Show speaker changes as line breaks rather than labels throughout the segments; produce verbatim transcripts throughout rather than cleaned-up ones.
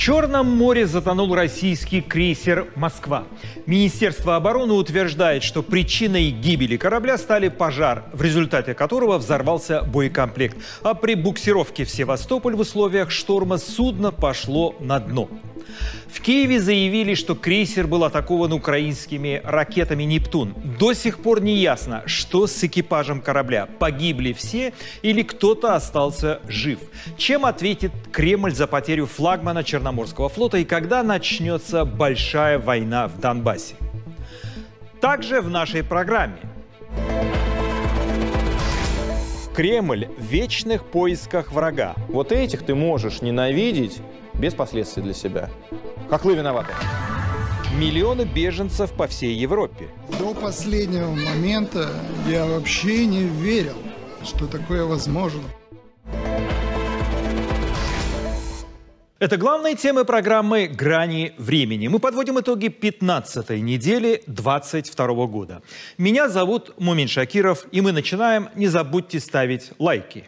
Черном море затонул российский крейсер «Москва». Министерство обороны утверждает, что причиной гибели корабля стали пожар, в результате которого взорвался боекомплект. А при буксировке в Севастополь в условиях шторма судно пошло на дно. В Киеве заявили, что крейсер был атакован украинскими ракетами «Нептун». До сих пор не ясно, что с экипажем корабля. Погибли все или кто-то остался жив? Чем ответит Кремль за потерю флагмана Черноморского флота и когда начнется большая война в Донбассе? Также в нашей программе. Кремль в вечных поисках врага.
Вот этих ты можешь ненавидеть без последствий для себя. Хохлы виноваты.
Миллионы беженцев по всей Европе.
До последнего момента я вообще не верил, что такое возможно.
Это главные темы программы «Грани времени». Мы подводим итоги пятнадцатой недели двадцать второго года. Меня зовут Мумин Шакиров, и мы начинаем. Не забудьте ставить лайки.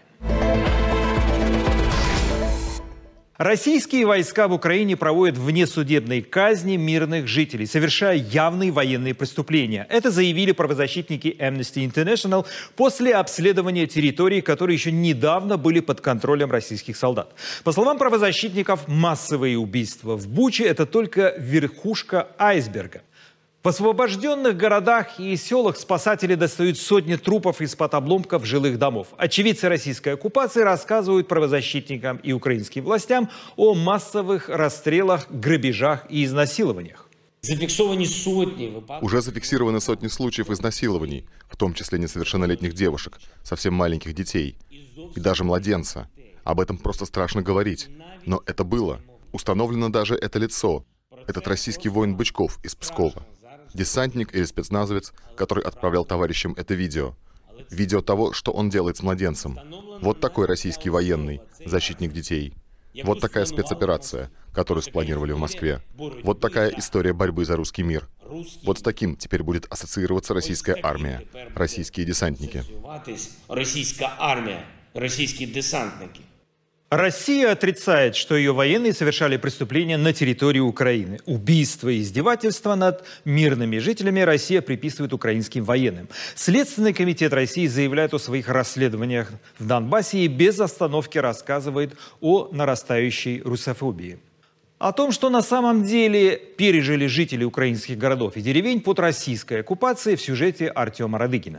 Российские войска в Украине проводят внесудебные казни мирных жителей, совершая явные военные преступления. Это заявили правозащитники Amnesty International после обследования территорий, которые еще недавно были под контролем российских солдат. По словам правозащитников, массовые убийства в Буче – это только верхушка айсберга. В освобожденных городах и селах спасатели достают сотни трупов из-под обломков жилых домов. Очевидцы российской оккупации рассказывают правозащитникам и украинским властям о массовых расстрелах, грабежах и изнасилованиях.
Зафиксированы сотни выпадков.
Уже зафиксированы сотни случаев изнасилований, в том числе несовершеннолетних девушек, совсем маленьких детей и даже младенца. Об этом просто страшно говорить. Но это было. Установлено даже это лицо. Этот российский воин Бычков из Пскова. Десантник или спецназовец, который отправлял товарищам это видео. Видео того, что он делает с младенцем. Вот такой российский военный, защитник детей. Вот такая спецоперация, которую спланировали в Москве. Вот такая история борьбы за русский мир. Вот с таким теперь будет ассоциироваться российская армия, российские десантники.
Российская армия, российские десантники.
Россия отрицает, что ее военные совершали преступления на территории Украины. Убийства и издевательства над мирными жителями Россия приписывает украинским военным. Следственный комитет России заявляет о своих расследованиях в Донбассе и без остановки рассказывает о нарастающей русофобии. О том, что на самом деле пережили жители украинских городов и деревень под российской оккупацией, в сюжете Артема Радыгина.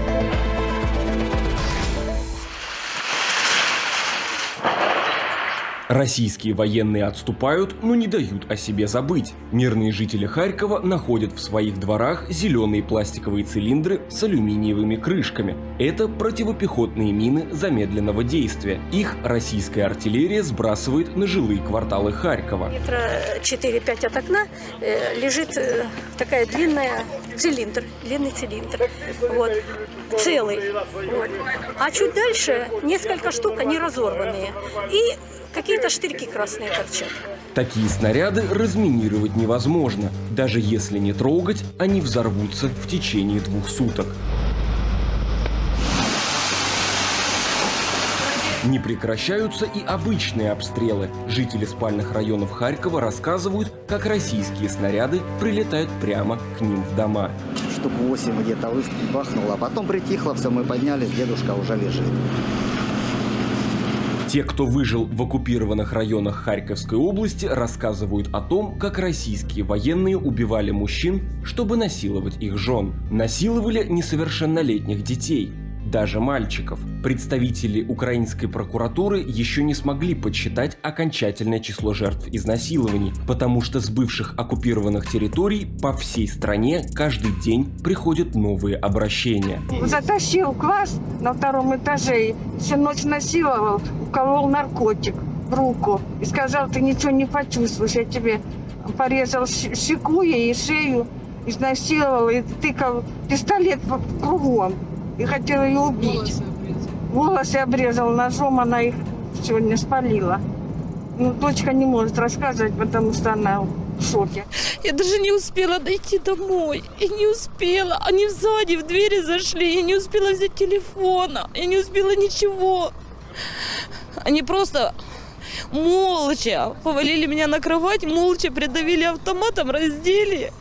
Российские военные отступают, но не дают о себе забыть. Мирные жители Харькова находят в своих дворах зеленые пластиковые цилиндры с алюминиевыми крышками. Это противопехотные мины замедленного действия. Их российская артиллерия сбрасывает на жилые кварталы Харькова.
Метра четыре-пять от окна э, лежит э, такая длинная цилиндр, длинный цилиндр, вот, целый. Вот. А чуть дальше несколько штук, они разорванные. И какие-то штырьки красные торчат.
Такие снаряды разминировать невозможно. Даже если не трогать, они взорвутся в течение двух суток. Не прекращаются и обычные обстрелы. Жители спальных районов Харькова рассказывают, как российские снаряды прилетают прямо к ним в дома.
Штук восемь где-то выстрел бахнуло, а потом притихло, все, мы поднялись, дедушка уже лежит.
Те, кто выжил в оккупированных районах Харьковской области, рассказывают о том, как российские военные убивали мужчин, чтобы насиловать их жен. Насиловали несовершеннолетних детей, даже мальчиков. Представители украинской прокуратуры еще не смогли подсчитать окончательное число жертв изнасилований, потому что с бывших оккупированных территорий по всей стране каждый день приходят новые обращения.
Затащил в класс на втором этаже и всю ночь насиловал, уколол наркотик в руку и сказал: ты ничего не почувствуешь, я тебе порезал щеку и шею, изнасиловал и тыкал пистолет кругом и хотел ее убить. Волосы обрезал ножом, она их сегодня спалила. Ну, дочка не может рассказывать, потому что она в шоке.
Я даже не успела дойти домой. Я не успела. Они сзади в двери зашли. Я не успела взять телефона. Я не успела ничего. Они просто Молча повалили меня на кровать, молча придавили автоматом, раздели.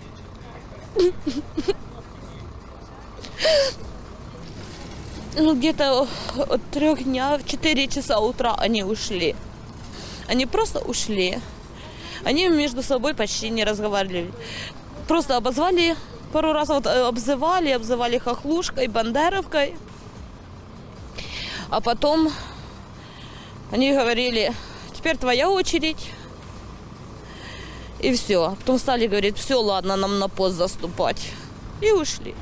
Ну, где-то от трех дня, в четыре часа утра они ушли. Они просто ушли. Они между собой почти не разговаривали. Просто обозвали пару раз, вот, обзывали, обзывали хохлушкой, бандеровкой. А потом они говорили, теперь твоя очередь. И все. Потом стали говорить, все, ладно, нам на пост заступать. И ушли.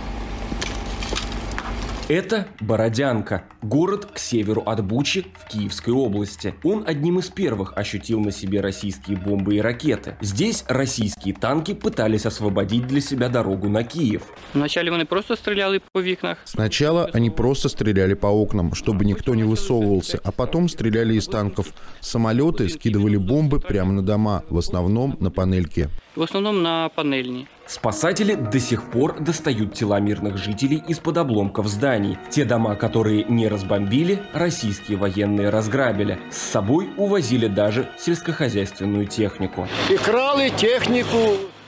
Это Бородянка, город к северу от Бучи в Киевской области. Он одним из первых ощутил на себе российские бомбы и ракеты. Здесь российские танки пытались освободить для себя дорогу на Киев.
Вначале они просто стреляли по окнах.
Сначала они просто стреляли по окнам, чтобы никто не высовывался, а потом стреляли из танков. Самолеты скидывали бомбы прямо на дома, в основном на панельки.
В основном на панельни.
Спасатели до сих пор достают тела мирных жителей из-под обломков зданий. Те дома, которые не разбомбили, российские военные разграбили. С собой увозили даже сельскохозяйственную технику.
И крали технику.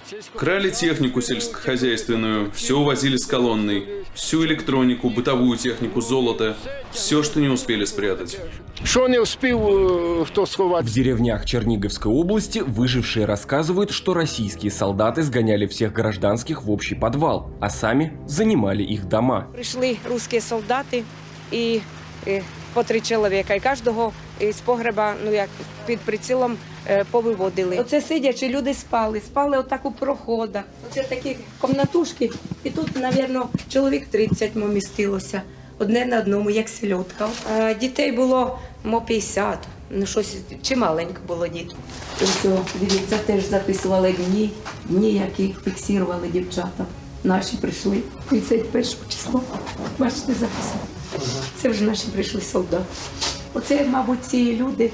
Крали технику сельскохозяйственную, все увозили с колонной, всю электронику, бытовую технику, золото, все, что не успели спрятать.
Что не успел кто сховать?
В деревнях Черниговской области выжившие рассказывают, что российские солдаты сгоняли всех гражданских в общий подвал, а сами занимали их дома.
Пришли русские солдаты и, и по три чоловіка, і кожного з погреба, ну як під прицілом, повиводили. Оце сидячи, люди спали, спали отак у проходах. Оце такі комнатушки, і тут, мабуть, чоловік тридцять містилося. Одне на одному, як сельодка. А дітей було, мо, п'ятдесят, ну щось чималенько було дітей. Ось, дивіться, теж записували дні, дні, які фіксували дівчата. Наші прийшли тридцять першого числа. Бачите, записали. Це вже наші прийшли солдати. Оце, мабуть, ці люди,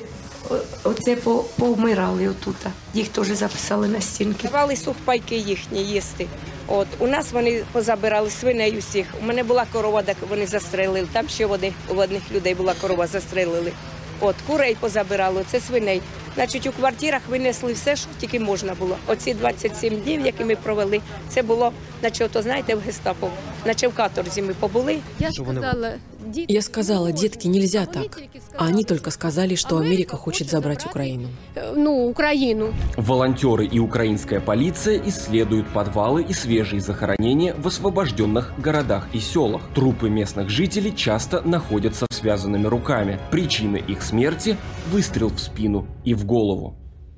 оце повмирали отут. Їх теж записали на стінки. Давали сухпайки їхні їсти. От, у нас вони позабирали свиней усіх. У мене була корова, так вони застрелили. Там ще вони, у одних людей була корова, застрелили. От, курей позабирали, це свиней. Значить, у квартирах винесли все, що тільки можна було. Оці двадцять сім днів, які ми провели, це було, наче, ото, знаєте, в гестапо, наче в каторзі ми побули.
Я сказала, Я сказала, детки, нельзя так. А они только сказали, что Америка хочет забрать Украину.
Ну, Украину.
Волонтеры и украинская полиция исследуют подвалы и свежие захоронения в освобожденных городах и селах. Трупы местных жителей часто находятся связанными руками. Причина их смерти – выстрел в спину и в голову.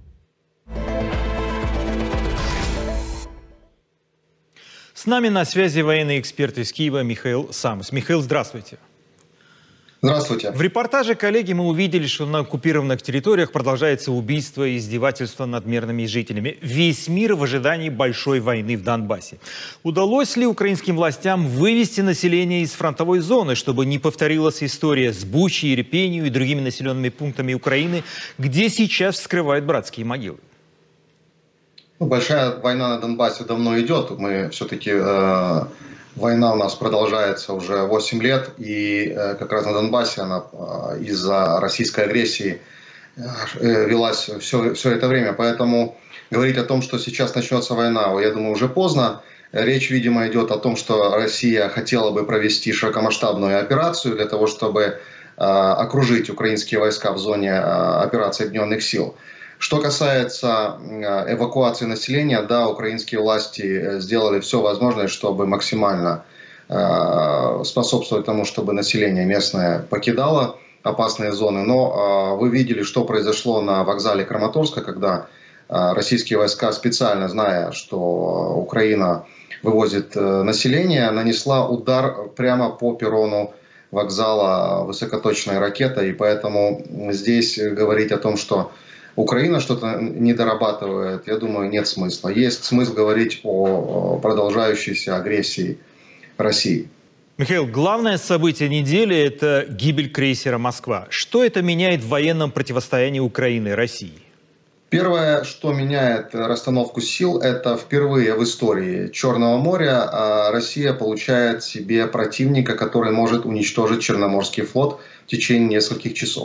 С нами на связи военный эксперт из Киева Михаил Самос. Михаил, здравствуйте.
Здравствуйте.
В репортаже, коллеги, мы увидели, что на оккупированных территориях продолжается убийство и издевательство над мирными жителями. Весь мир в ожидании большой войны в Донбассе. Удалось ли украинским властям вывести население из фронтовой зоны, чтобы не повторилась история с Бучей, Ирпенью и другими населенными пунктами Украины, где сейчас вскрывают братские могилы?
Ну, большая война на Донбассе давно идет. Мы все-таки... Э Война у нас продолжается уже восемь лет, и как раз на Донбассе она из-за российской агрессии велась все, все это время. Поэтому говорить о том, что сейчас начнется война, я думаю, уже поздно. Речь, видимо, идет о том, что Россия хотела бы провести широкомасштабную операцию для того, чтобы окружить украинские войска в зоне операции Объединенных сил. Что касается эвакуации населения, да, украинские власти сделали все возможное, чтобы максимально э, способствовать тому, чтобы население местное покидало опасные зоны. Но э, вы видели, что произошло на вокзале Краматорска, когда э, российские войска, специально зная, что Украина вывозит э, население, нанесла удар прямо по перрону вокзала высокоточной ракетой. И поэтому здесь говорить о том, что Украина что-то не дорабатывает, я думаю, нет смысла. Есть смысл говорить о продолжающейся агрессии России.
Михаил, главное событие недели – это гибель крейсера «Москва». Что это меняет в военном противостоянии Украины и России?
Первое, что меняет расстановку сил, это впервые в истории Черного моря Россия получает себе противника, который может уничтожить Черноморский флот в течение нескольких часов.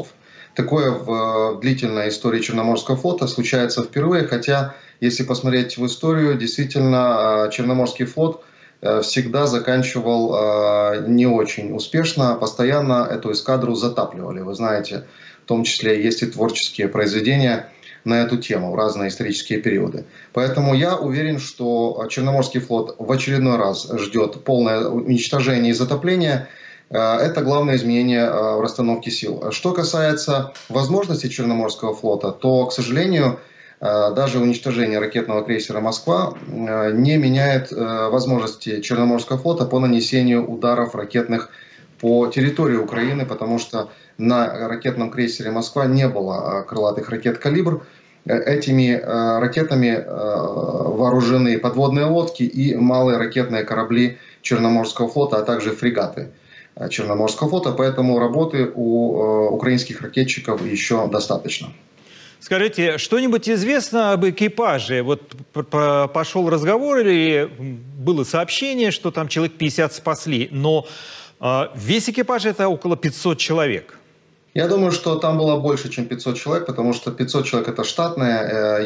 Такое в длительной истории Черноморского флота случается впервые, хотя, если посмотреть в историю, действительно, Черноморский флот всегда заканчивал не очень успешно, постоянно эту эскадру затапливали. Вы знаете, в том числе есть и творческие произведения на эту тему в разные исторические периоды. Поэтому я уверен, что Черноморский флот в очередной раз ждет полное уничтожение и затопление. Это главное изменение в расстановке сил. Что касается возможностей Черноморского флота, то, к сожалению, даже уничтожение ракетного крейсера «Москва» не меняет возможности Черноморского флота по нанесению ударов ракетных по территории Украины, потому что на ракетном крейсере «Москва» не было крылатых ракет «Калибр». Этими ракетами вооружены подводные лодки и малые ракетные корабли Черноморского флота, а также фрегаты Черноморского флота, поэтому работы у украинских ракетчиков еще достаточно.
Скажите, что-нибудь известно об экипаже? Вот пошел разговор или было сообщение, что там человек пятьдесят спасли, но весь экипаж это около пятисот человек.
Я думаю, что там было больше, чем пятьсот человек, потому что пятьсот человек это штатное.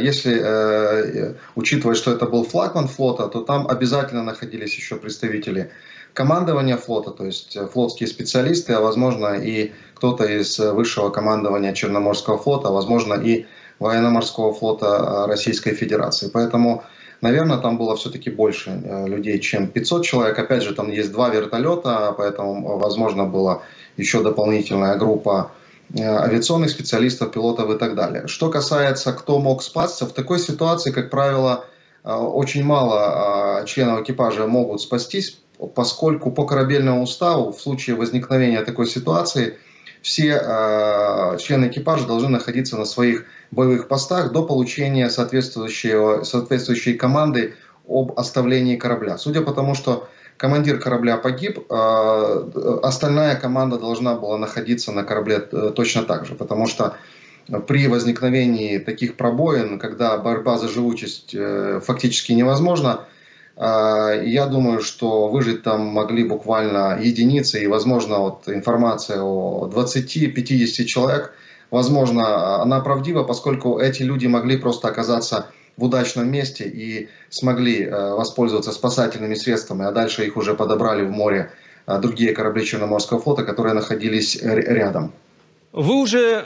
Если учитывать, что это был флагман флота, то там обязательно находились еще представители командования флота, то есть флотские специалисты, а возможно и кто-то из высшего командования Черноморского флота, а возможно и военно-морского флота Российской Федерации. Поэтому, наверное, там было все-таки больше людей, чем пятьсот человек. Опять же, там есть два вертолета, поэтому, возможно, была еще дополнительная группа авиационных специалистов, пилотов и так далее. Что касается, кто мог спасться, в такой ситуации, как правило, очень мало членов экипажа могут спастись, поскольку по корабельному уставу в случае возникновения такой ситуации все э, члены экипажа должны находиться на своих боевых постах до получения соответствующей, соответствующей команды об оставлении корабля. Судя по тому, что командир корабля погиб, э, остальная команда должна была находиться на корабле точно так же, потому что при возникновении таких пробоин, когда борьба за живучесть э, фактически невозможна, я думаю, что выжить там могли буквально единицы, и, возможно, вот информация о двадцати-пятидесяти человек, возможно, она правдива, поскольку эти люди могли просто оказаться в удачном месте и смогли воспользоваться спасательными средствами, а дальше их уже подобрали в море другие корабли Черноморского флота, которые находились рядом.
Вы уже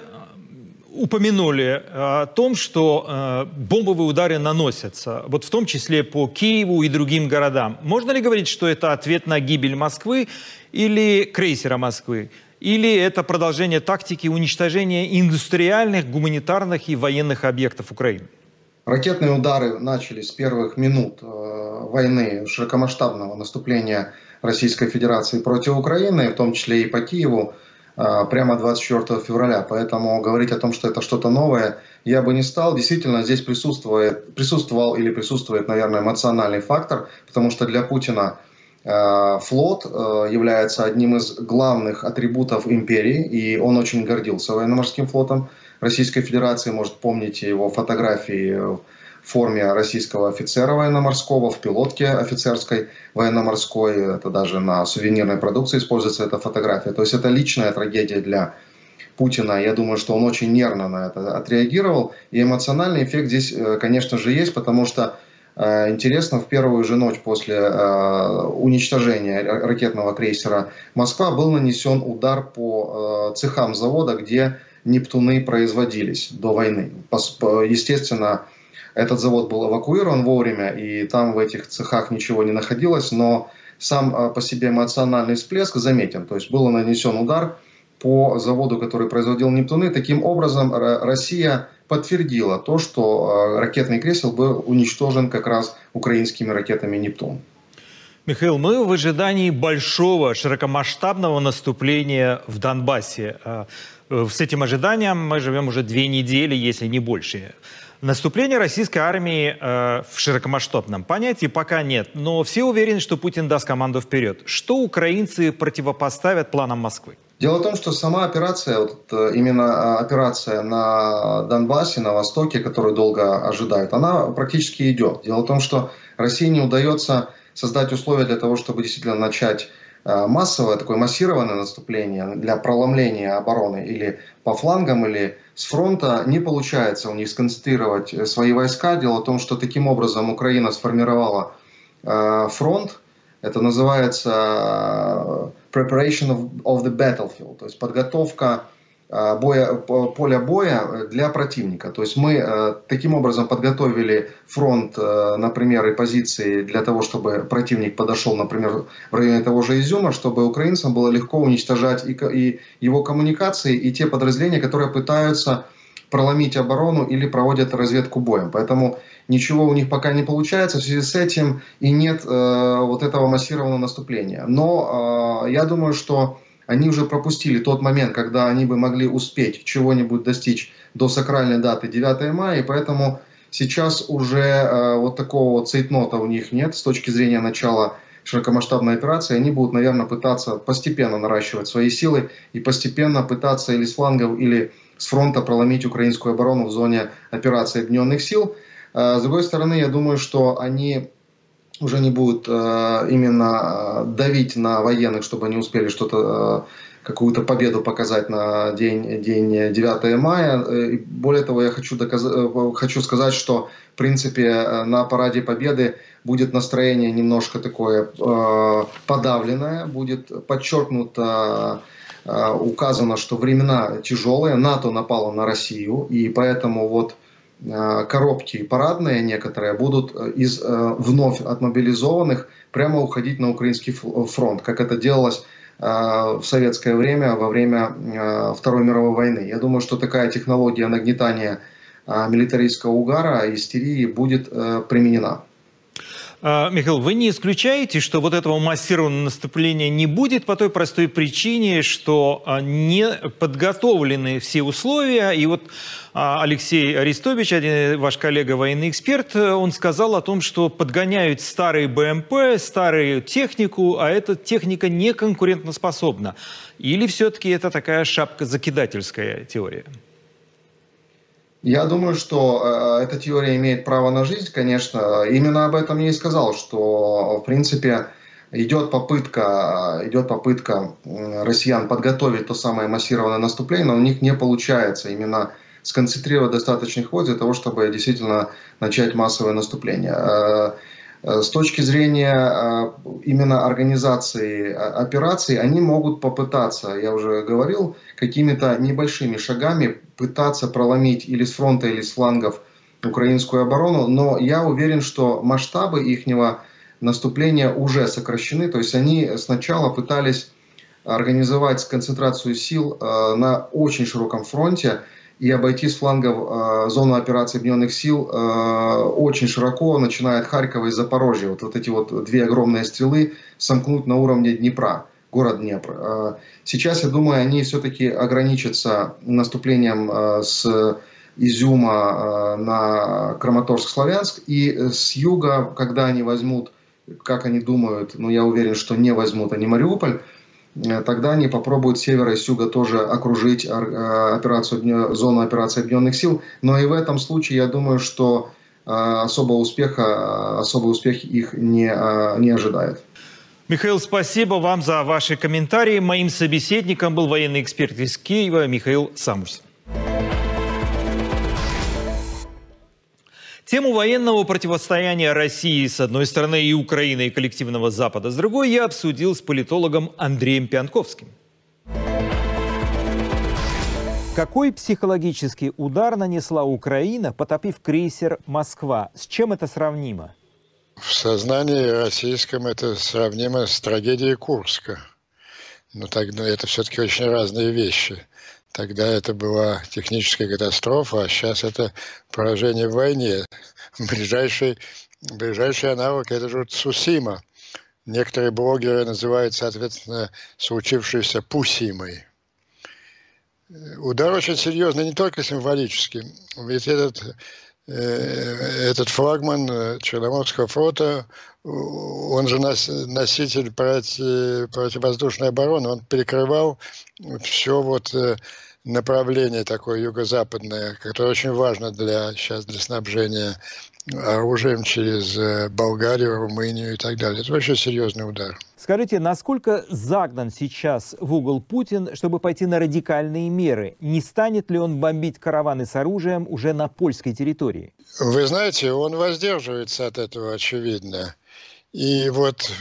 упомянули о том, что э, бомбовые удары наносятся, вот в том числе по Киеву и другим городам. Можно ли говорить, что это ответ на гибель Москвы или крейсера Москвы? Или это продолжение тактики уничтожения индустриальных, гуманитарных и военных объектов Украины?
Ракетные удары начались с первых минут э, войны, широкомасштабного наступления Российской Федерации против Украины, в том числе и по Киеву, прямо двадцать четвёртого февраля. Поэтому говорить о том, что это что-то новое, я бы не стал. Действительно, здесь присутствует, присутствовал или присутствует, наверное, эмоциональный фактор, потому что для Путина э, флот э, является одним из главных атрибутов империи, и он очень гордился военно-морским флотом Российской Федерации. Может, помните его фотографии в форме российского офицера военно-морского, в пилотке офицерской военно-морской. Это даже на сувенирной продукции используется эта фотография. То есть это личная трагедия для Путина. Я думаю, что он очень нервно на это отреагировал. И эмоциональный эффект здесь, конечно же, есть, потому что интересно, в первую же ночь после уничтожения ракетного крейсера «Москва» был нанесен удар по цехам завода, где «Нептуны» производились до войны. Естественно, этот завод был эвакуирован вовремя, и там в этих цехах ничего не находилось, но сам по себе эмоциональный всплеск заметен. То есть был нанесен удар по заводу, который производил «Нептуны». Таким образом, Россия подтвердила то, что ракетный крейсер был уничтожен как раз украинскими ракетами «Нептун».
Михаил, мы в ожидании большого широкомасштабного наступления в Донбассе. С этим ожиданием мы живем уже две недели, если не больше. Наступления российской армии э, в широкомасштабном понятии пока нет, но все уверены, что Путин даст команду вперед. Что украинцы противопоставят планам Москвы?
Дело в том, что сама операция, вот именно операция на Донбассе, на Востоке, которую долго ожидают, она практически идет. Дело в том, что России не удается создать условия для того, чтобы действительно начать массовое, такое массированное наступление для проломления обороны или по флангам, или с фронта, не получается у них сконцентрировать свои войска. Дело в том, что таким образом Украина сформировала фронт. Это называется preparation of, of the battlefield, то есть подготовка боя, поля боя для противника. То есть мы таким образом подготовили фронт, например, и позиции для того, чтобы противник подошел, например, в районе того же Изюма, чтобы украинцам было легко уничтожать и, и его коммуникации, и те подразделения, которые пытаются проломить оборону или проводят разведку боем. Поэтому ничего у них пока не получается, в связи с этим и нет э, вот этого массированного наступления. Но э, я думаю, что они уже пропустили тот момент, когда они бы могли успеть чего-нибудь достичь до сакральной даты девятого мая, и поэтому сейчас уже э, вот такого вот цейтнота у них нет с точки зрения начала широкомасштабной операции. Они будут, наверное, пытаться постепенно наращивать свои силы и постепенно пытаться или с флангов, или с фронта проломить украинскую оборону в зоне операции Объединенных сил. Э, с другой стороны, я думаю, что они уже не будут э, именно давить на военных, чтобы они успели что-то, э, какую-то победу показать на день, день девятого мая. И более того, я хочу, доказать, хочу сказать, что в принципе на параде Победы будет настроение немножко такое э, подавленное, будет подчеркнуто, э, указано, что времена тяжелые, НАТО напало на Россию, и поэтому вот коробки парадные некоторые будут из вновь отмобилизованных прямо уходить на украинский фронт, как это делалось в советское время, во время Второй мировой войны. Я думаю, что такая технология нагнетания милитаристского угара, истерии будет применена.
Михаил, вы не исключаете, что вот этого массированного наступления не будет по той простой причине, что не подготовлены все условия. И вот Алексей Арестович, один ваш коллега, военный эксперт, он сказал о том, что подгоняют старые БМП, старую технику, а эта техника не конкурентоспособна. Или все-таки это такая шапкозакидательская теория?
Я думаю, что э, эта теория имеет право на жизнь, конечно. Именно об этом я и сказал, что, в принципе, идет попытка, идет попытка россиян подготовить то самое массированное наступление, но у них не получается именно сконцентрировать достаточных войск для того, чтобы действительно начать массовое наступление. Э, С точки зрения именно организации операций, они могут попытаться, я уже говорил, какими-то небольшими шагами пытаться проломить или с фронта, или с флангов украинскую оборону, но я уверен, что масштабы ихнего наступления уже сокращены, то есть они сначала пытались организовать концентрацию сил на очень широком фронте и обойти с флангов э, зону операции Объединенных сил э, очень широко, начиная от Харькова и Запорожья. Вот, вот эти вот две огромные стрелы сомкнуть на уровне Днепра, город Днепр. Э, сейчас, я думаю, они все-таки ограничатся наступлением э, с Изюма э, на Краматорск-Славянск, и с юга, когда они возьмут, как они думают, но я уверен, что не возьмут они Мариуполь, тогда они попробуют с севера и с юга тоже окружить операцию, зону операции Объединенных сил. Но и в этом случае я думаю, что особого успеха, особый успех их не, не ожидает.
Михаил, спасибо вам за ваши комментарии. Моим собеседником был военный эксперт из Киева Михаил Самусин. Тему военного противостояния России с одной стороны и Украины и коллективного Запада с другой я обсудил с политологом Андреем Пьянковским. Какой психологический удар нанесла Украина, потопив крейсер «Москва»? С чем это сравнимо?
В сознании российском это сравнимо с трагедией Курска. Но тогда это все-таки очень разные вещи. Тогда это была техническая катастрофа, а сейчас это поражение в войне. Ближайший, ближайший аналог – это же Цусима. Некоторые блогеры называют, соответственно, случившееся Пусимой. Удар очень серьезный, не только символический. Ведь этот, э, этот флагман Черноморского флота, он же носитель проти, противовоздушной обороны, он перекрывал все вот направление такое юго-западное, которое очень важно для, сейчас для снабжения оружием через Болгарию, Румынию и так далее. Это очень серьезный удар.
Скажите, насколько загнан сейчас в угол Путин, чтобы пойти на радикальные меры? Не станет ли он бомбить караваны с оружием уже на польской территории?
Вы знаете, он воздерживается от этого, очевидно. И вот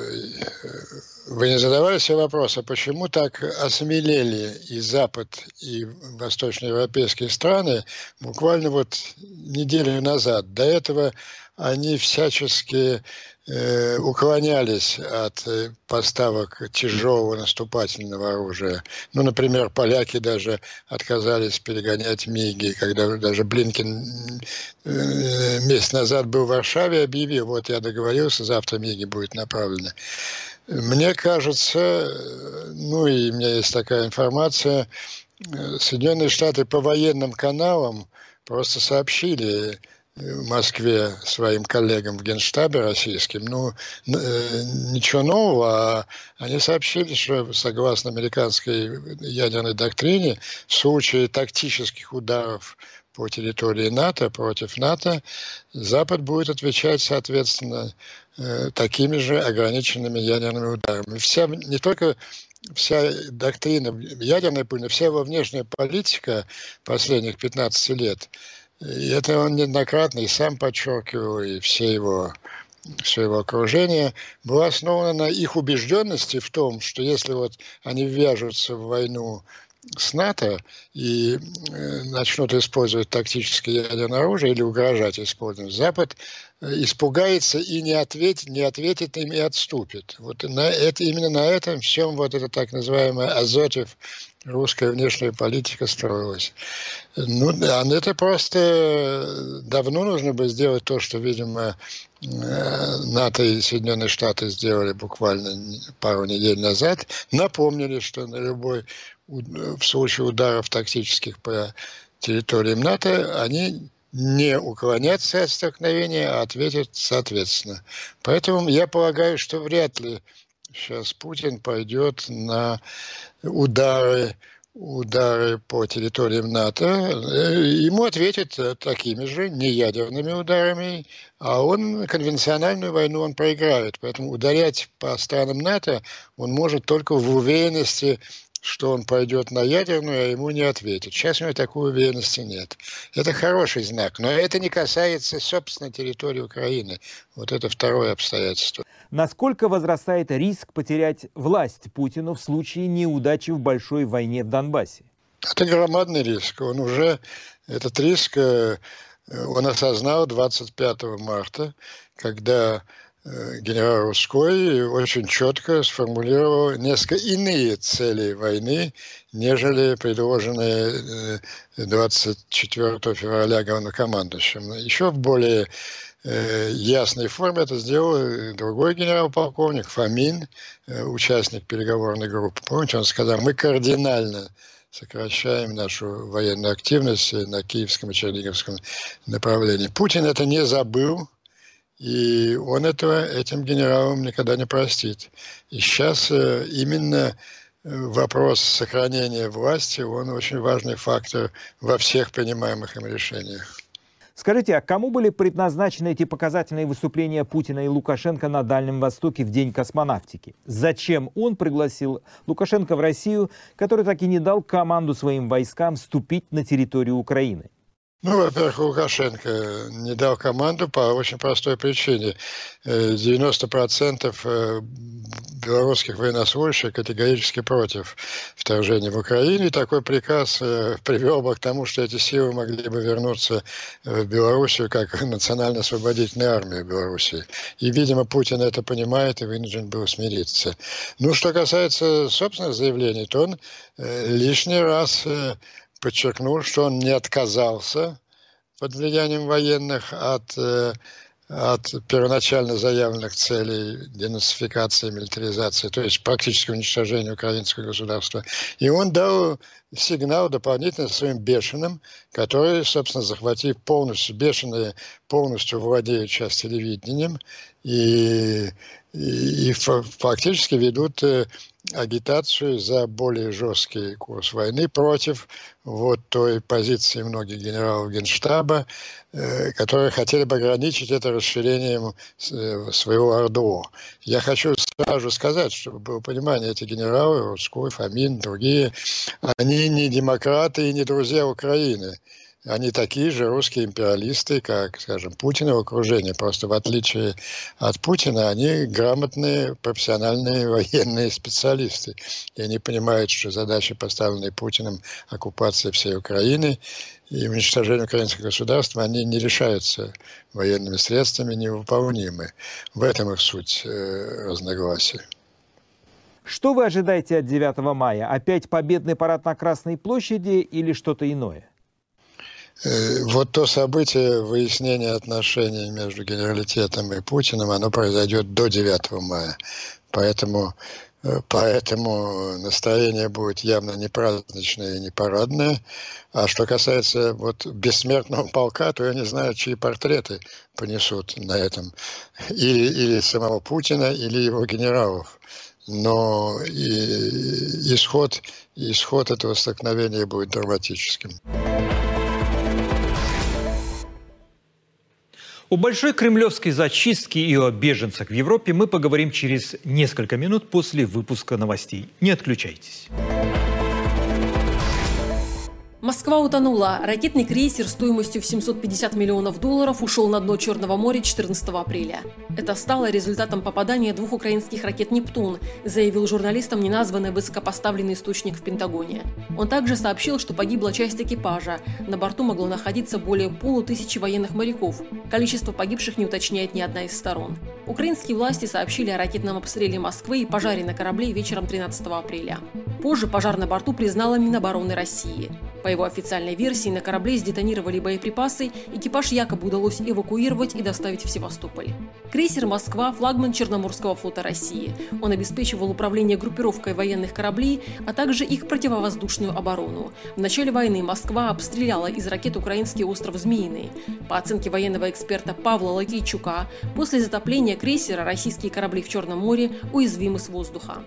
вы не задавали себе вопрос, а почему так осмелели и Запад, и восточноевропейские страны буквально вот неделю назад? До этого они всячески э, уклонялись от э, поставок тяжелого наступательного оружия. Ну, например, поляки даже отказались перегонять МиГи, когда даже Блинкен э, месяц назад был в Варшаве, объявил, вот я договорился, завтра МиГи будет направлены. Мне кажется, ну и у меня есть такая информация, Соединенные Штаты по военным каналам просто сообщили в Москве своим коллегам в Генштабе российским, ну, ничего нового, а они сообщили, что согласно американской ядерной доктрине, в случае тактических ударов по территории НАТО, против НАТО, Запад будет отвечать, соответственно, такими же ограниченными ядерными ударами. Вся, не только вся доктрина ядерной, вся его внешняя политика последних пятнадцати лет, и это он неоднократно и сам подчеркивал, и все его, все его окружение, было основано на их убежденности в том, что если вот они ввяжутся в войну с НАТО и начнут использовать тактическое ядерное оружие или угрожать использованием, Запад испугается и не ответит, не ответит им и отступит. Вот на это, именно на этом всем вот это так называемое азотив русская внешняя политика строилась. Ну, это просто давно нужно бы сделать то, что, видимо, НАТО и Соединенные Штаты сделали буквально пару недель назад. Напомнили, что на любой, в случае ударов тактических по территориям НАТО, они не уклонятся от столкновения, а ответят соответственно. Поэтому я полагаю, что вряд ли сейчас Путин пойдет на удары, удары по территориям НАТО. Ему ответят такими же, не ядерными ударами, а он конвенциональную войну он проиграет. Поэтому ударять по странам НАТО он может только в уверенности, что он пойдет на ядерную, а ему не ответят. Сейчас у него такой уверенности нет. Это хороший знак, но это не касается, собственно, территории Украины. Вот это второе обстоятельство.
Насколько возрастает риск потерять власть Путину в случае неудачи в большой войне в Донбассе?
Это громадный риск. Он уже, этот риск, он осознал двадцать пятого марта, когда генерал Русской очень четко сформулировал несколько иные цели войны, нежели предложенные двадцать четвёртого февраля главнокомандующим. Еще в более ясной форме это сделал другой генерал-полковник Фомин, участник переговорной группы. Помните, он сказал, мы кардинально сокращаем нашу военную активность на Киевском и Черниговском направлении. Путин это не забыл, и он этого этим генералам никогда не простит. И сейчас именно вопрос сохранения власти, он очень важный фактор во всех принимаемых им решениях.
Скажите, а кому были предназначены эти показательные выступления Путина и Лукашенко на Дальнем Востоке в День космонавтики? Зачем он пригласил Лукашенко в Россию, который так и не дал команду своим войскам вступить на территорию Украины?
Ну, во-первых, Лукашенко не дал команду по очень простой причине. девяносто процентов белорусских военнослужащих категорически против вторжения в Украину. И такой приказ привел бы к тому, что эти силы могли бы вернуться в Белоруссию как национально-освободительная армия Белоруссии. И, видимо, Путин это понимает и вынужден был смириться. Ну, что касается собственных заявлений, то он лишний раз подчеркнул, что он не отказался под влиянием военных от, от первоначально заявленных целей денацификации, милитаризации, то есть практически уничтожения украинского государства. И он дал сигнал дополнительно своим бешеным, которые, собственно, захватив полностью, бешеные полностью владеют сейчас телевидением и, и, и фактически ведут агитацию за более жесткий курс войны против вот той позиции многих генералов Генштаба, э, которые хотели бы ограничить это расширением э, своего ОРДО. Я хочу сразу сказать, чтобы было понимание, эти генералы, Рудской, Фомин, другие, они не демократы и не друзья Украины. Они такие же русские империалисты, как, скажем, Путин и окружение. Просто в отличие от Путина, они грамотные, профессиональные военные специалисты. И они понимают, что задачи, поставленные Путиным, оккупация всей Украины и уничтожение украинского государства, они не решаются военными средствами, невыполнимы. В этом их суть э, разногласия.
Что вы ожидаете от девятого мая? Опять победный парад на Красной площади или что-то иное?
Вот то событие выяснения отношений между генералитетом и Путиным, оно произойдет до девятого мая. Поэтому, поэтому настроение будет явно не праздничное и не парадное. А что касается вот бессмертного полка, то я не знаю, чьи портреты понесут на этом. Или, или самого Путина, или его генералов. Но и исход, исход этого столкновения будет драматическим.
О большой кремлевской зачистке и о беженцах в Европе мы поговорим через несколько минут после выпуска новостей. Не отключайтесь.
Москва утонула. Ракетный крейсер стоимостью в семьсот пятьдесят миллионов долларов ушел на дно Черного моря четырнадцатого апреля. Это стало результатом попадания двух украинских ракет «Нептун», заявил журналистам неназванный высокопоставленный источник в Пентагоне. Он также сообщил, что погибла часть экипажа. На борту могло находиться более полутысячи военных моряков. Количество погибших не уточняет ни одна из сторон. Украинские власти сообщили о ракетном обстреле Москвы и пожаре на корабле вечером тринадцатого апреля. Позже пожар на борту признала Минобороны России. По его официальной версии, на корабле сдетонировали боеприпасы, экипаж якобы удалось эвакуировать и доставить в Севастополь. Крейсер «Москва» – флагман Черноморского флота России. Он обеспечивал управление группировкой военных кораблей, а также их противовоздушную оборону. В начале войны Москва обстреляла из ракет украинский остров Змеиный. По оценке военного эксперта Павла Лакейчука, после затопления крейсера российские корабли в Черном море уязвимы с воздуха.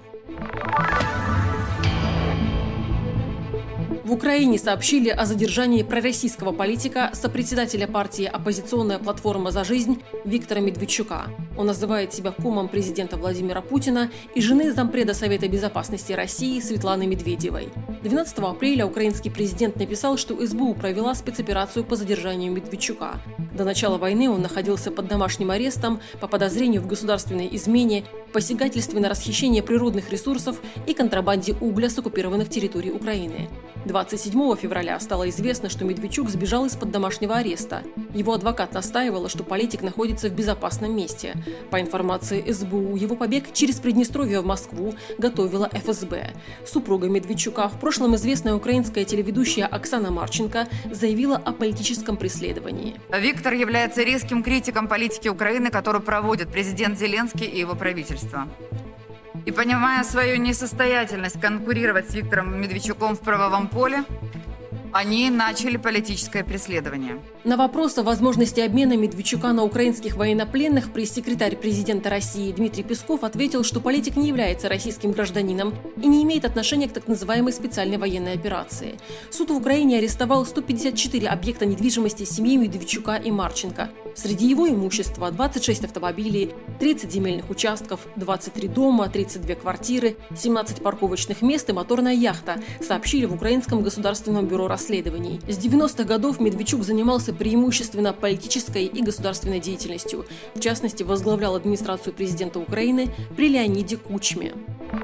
В Украине сообщили о задержании пророссийского политика, сопредседателя партии «Оппозиционная платформа за жизнь» Виктора Медведчука. Он называет себя кумом президента Владимира Путина и жены зампреда Совета безопасности России Светланы Медведевой. двенадцатого апреля украинский президент написал, что эс бэ у провела спецоперацию по задержанию Медведчука. До начала войны он находился под домашним арестом по подозрению в государственной измене, посягательстве на расхищение природных ресурсов и контрабанде угля с оккупированных территорий Украины. двадцать седьмого февраля стало известно, что Медведчук сбежал из-под домашнего ареста. Его адвокат настаивала, что политик находится в безопасном месте. По информации эс бэ у, его побег через Приднестровье в Москву готовила эф эс бэ. Супруга Медведчука, в прошлом известная украинская телеведущая Оксана Марченко, заявила о политическом преследовании.
Виктор является резким критиком политики Украины, которую проводит президент Зеленский и его правительство. И понимая свою несостоятельность конкурировать с Виктором Медведчуком в правовом поле, они начали политическое преследование.
На вопрос о возможности обмена Медведчука на украинских военнопленных пресс-секретарь президента России Дмитрий Песков ответил, что политик не является российским гражданином и не имеет отношения к так называемой специальной военной операции. Суд в Украине арестовал сто пятьдесят четыре объекта недвижимости семьи Медведчука и Марченко. Среди его имущества двадцать шесть автомобилей, тридцать земельных участков, двадцать три дома, тридцать две квартиры, семнадцать парковочных мест и моторная яхта, сообщили в Украинском государственном бюро расследований. С девяностых годов Медведчук занимался преимущественно политической и государственной деятельностью. В частности, возглавлял администрацию президента Украины при Леониде Кучме.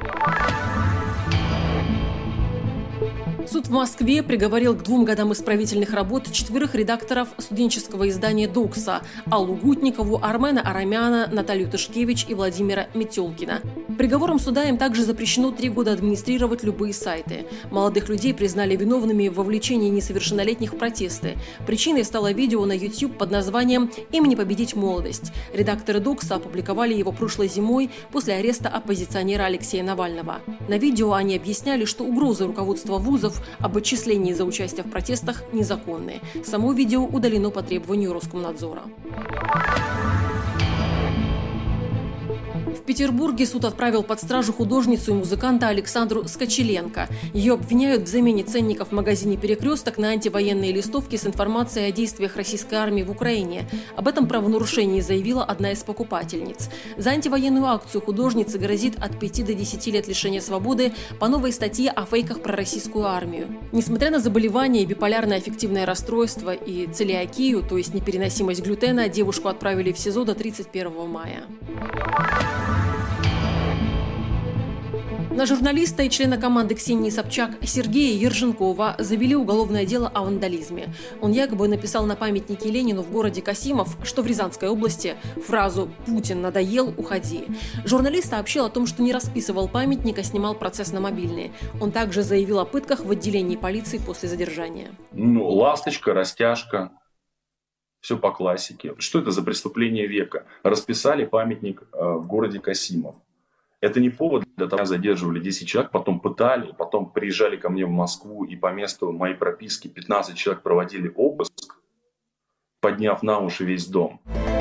Суд в Москве приговорил к двум годам исправительных работ четверых редакторов студенческого издания «Докса» Аллу Гутникову, Армена Арамяна, Наталью Тышкевич и Владимира Метелкина. Приговором суда им также запрещено три года администрировать любые сайты. Молодых людей признали виновными в вовлечении несовершеннолетних в протесты. Причиной стало видео на YouTube под названием «Им не победить молодость». Редакторы «Докса» опубликовали его прошлой зимой после ареста оппозиционера Алексея Навального. На видео они объясняли, что угрозы руководства вузов слов об отчислении за участие в протестах незаконные. Само видео удалено по требованию Роскомнадзора. В Петербурге суд отправил под стражу художницу и музыканта Александру Скочеленко. Ее обвиняют в замене ценников в магазине «Перекресток» на антивоенные листовки с информацией о действиях российской армии в Украине. Об этом правонарушении заявила одна из покупательниц. За антивоенную акцию художнице грозит от пяти до десяти лет лишения свободы по новой статье о фейках про российскую армию. Несмотря на заболевания, биполярное аффективное расстройство и целиакию, то есть непереносимость глютена, девушку отправили в СИЗО до тридцать первого мая. На журналиста и члена команды Ксении Собчак Сергея Ерженкова завели уголовное дело о вандализме. Он якобы написал на памятнике Ленину в городе Касимов, что в Рязанской области, фразу «Путин надоел, уходи». Журналист сообщил о том, что не расписывал памятник, а снимал процесс на мобильный. Он также заявил о пытках в отделении полиции после задержания.
Ну, ласточка, растяжка. Все по классике. Что это за преступление века? Расписали памятник э, в городе Касимов. Это не повод для того, что задерживали десять человек, потом пытали, потом приезжали ко мне в Москву и по месту моей прописки пятнадцать человек проводили обыск, подняв на уши весь дом.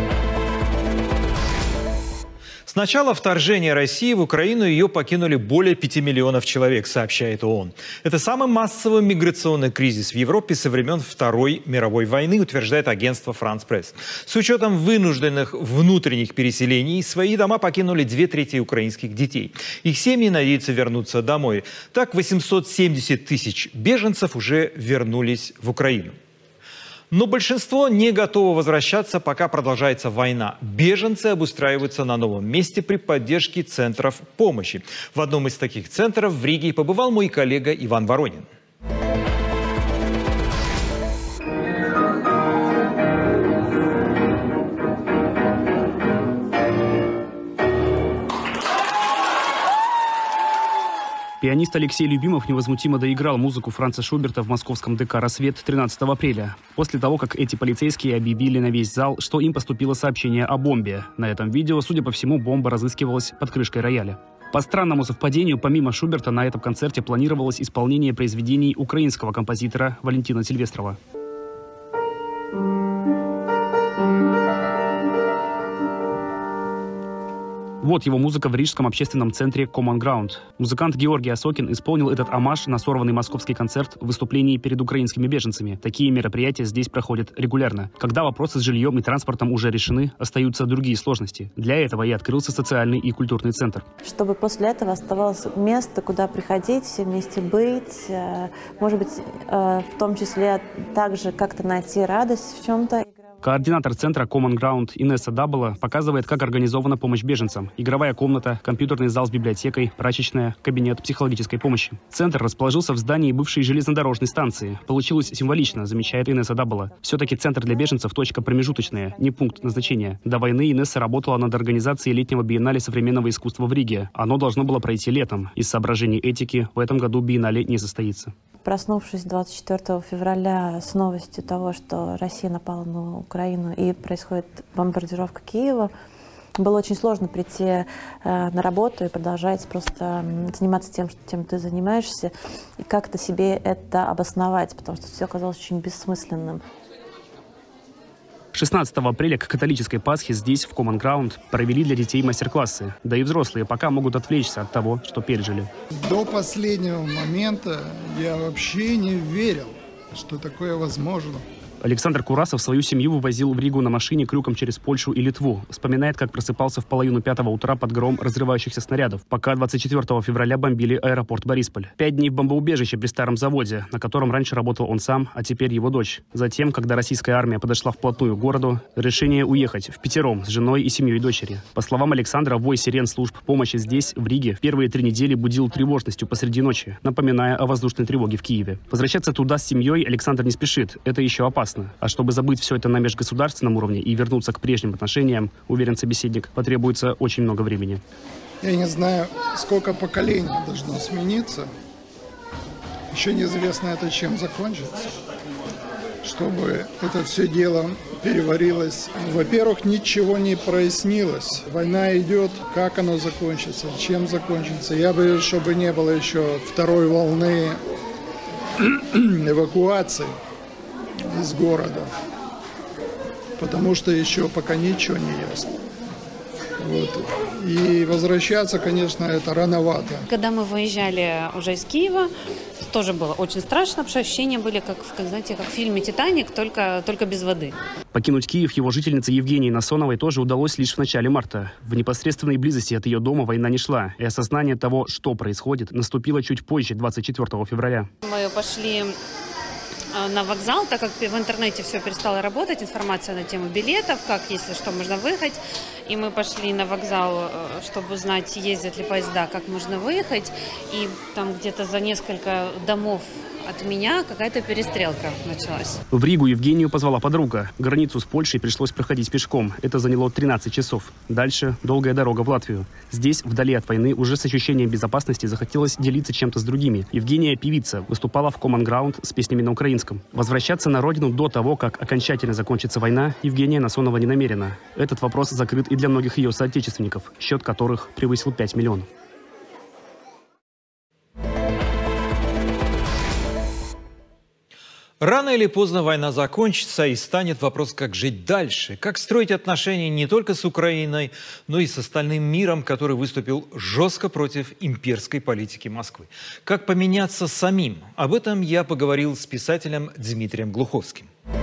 С начала вторжения России в Украину ее покинули более пяти миллионов человек, сообщает ООН. Это самый массовый миграционный кризис в Европе со времен Второй мировой войны, утверждает агентство «Франс Пресс». С учетом вынужденных внутренних переселений свои дома покинули две трети украинских детей. Их семьи надеются вернуться домой. Так, восемьсот семьдесят тысяч беженцев уже вернулись в Украину. Но большинство не готово возвращаться, пока продолжается война. Беженцы обустраиваются на новом месте при поддержке центров помощи. В одном из таких центров в Риге побывал мой коллега Иван Воронин.
Пианист Алексей Любимов невозмутимо доиграл музыку Франца Шуберта в московском ДК «Рассвет» тринадцатого апреля, после того, как эти полицейские объявили на весь зал, что им поступило сообщение о бомбе. На этом видео, судя по всему, бомба разыскивалась под крышкой рояля. По странному совпадению, помимо Шуберта, на этом концерте планировалось исполнение произведений украинского композитора Валентина Сильвестрова. Вот его музыка в рижском общественном центре Common Ground. Музыкант Георгий Осокин исполнил этот омаж на сорванный московский концерт в выступлении перед украинскими беженцами. Такие мероприятия здесь проходят регулярно. Когда вопросы с жильем и транспортом уже решены, остаются другие сложности. Для этого и открылся социальный и культурный центр.
Чтобы после этого оставалось место, куда приходить, все вместе быть, может быть, в том числе также как-то найти радость в чем-то.
Координатор центра Common Ground Инесса Даббела показывает, как организована помощь беженцам. Игровая комната, компьютерный зал с библиотекой, прачечная, кабинет психологической помощи. Центр расположился в здании бывшей железнодорожной станции. Получилось символично, замечает Инесса Даббела. Все-таки центр для беженцев – точка промежуточная, не пункт назначения. До войны Инесса работала над организацией летнего биеннале современного искусства в Риге. Оно должно было пройти летом. Из соображений этики в этом году биеннале не состоится.
Проснувшись двадцать четвёртого февраля с новостью того, что Россия напала на Украину и происходит бомбардировка Киева, было очень сложно прийти э, на работу и продолжать просто заниматься тем, чем ты занимаешься, и как-то себе это обосновать, потому что все оказалось очень бессмысленным.
шестнадцатого апреля к католической Пасхе здесь, в Common Ground, провели для детей мастер-классы. Да и взрослые пока могут отвлечься от того, что пережили.
До последнего момента я вообще не верил, что такое возможно.
Александр Курасов свою семью вывозил в Ригу на машине крюком через Польшу и Литву. Вспоминает, как просыпался в половину пятого утра под гром разрывающихся снарядов, пока двадцать четвёртого февраля бомбили аэропорт Борисполь. Пять дней в бомбоубежище при старом заводе, на котором раньше работал он сам, а теперь его дочь. Затем, когда российская армия подошла вплотную к городу, решение уехать впятером с женой и семьей дочери. По словам Александра, вой сирен служб помощи здесь, в Риге, в первые три недели будил тревожностью посреди ночи, напоминая о воздушной тревоге в Киеве. Возвращаться туда с семьей Александр не спешит, это еще опасно. А чтобы забыть все это на межгосударственном уровне и вернуться к прежним отношениям, уверен собеседник, потребуется очень много времени.
Я не знаю, сколько поколений должно смениться. Еще неизвестно это чем закончится. Чтобы это все дело переварилось. Во-первых, ничего не прояснилось. Война идет, как оно закончится, чем закончится. Я боюсь, чтобы не было еще второй волны эвакуации из города, потому что еще пока ничего не ясно. Вот. И возвращаться, конечно, это рановато.
Когда мы выезжали уже из Киева, тоже было очень страшно, потому что ощущения были, как, как, знаете, как в фильме «Титаник», только, только без воды.
Покинуть Киев его жительнице Евгении Насоновой тоже удалось лишь в начале марта. В непосредственной близости от ее дома война не шла, и осознание того, что происходит, наступило чуть позже, двадцать четвёртого февраля.
Мы пошли на вокзал, так как в интернете все перестало работать, информация на тему билетов, как, если что, можно выехать. И мы пошли на вокзал, чтобы узнать, ездят ли поезда, как можно выехать. И там где-то за несколько домов от меня какая-то перестрелка началась.
В Ригу Евгению позвала подруга. Границу с Польшей пришлось проходить пешком. Это заняло тринадцать часов. Дальше долгая дорога в Латвию. Здесь, вдали от войны, уже с ощущением безопасности захотелось делиться чем-то с другими. Евгения певица, выступала в Common Ground с песнями на украинском. Возвращаться на родину до того, как окончательно закончится война, Евгения Насонова не намерена. Этот вопрос закрыт и для многих ее соотечественников, счет которых превысил пять миллионов.
Рано или поздно война закончится, и станет вопрос, как жить дальше, как строить отношения не только с Украиной, но и с остальным миром, который выступил жестко против имперской политики Москвы. Как поменяться самим? Об этом я поговорил с писателем Дмитрием Глуховским.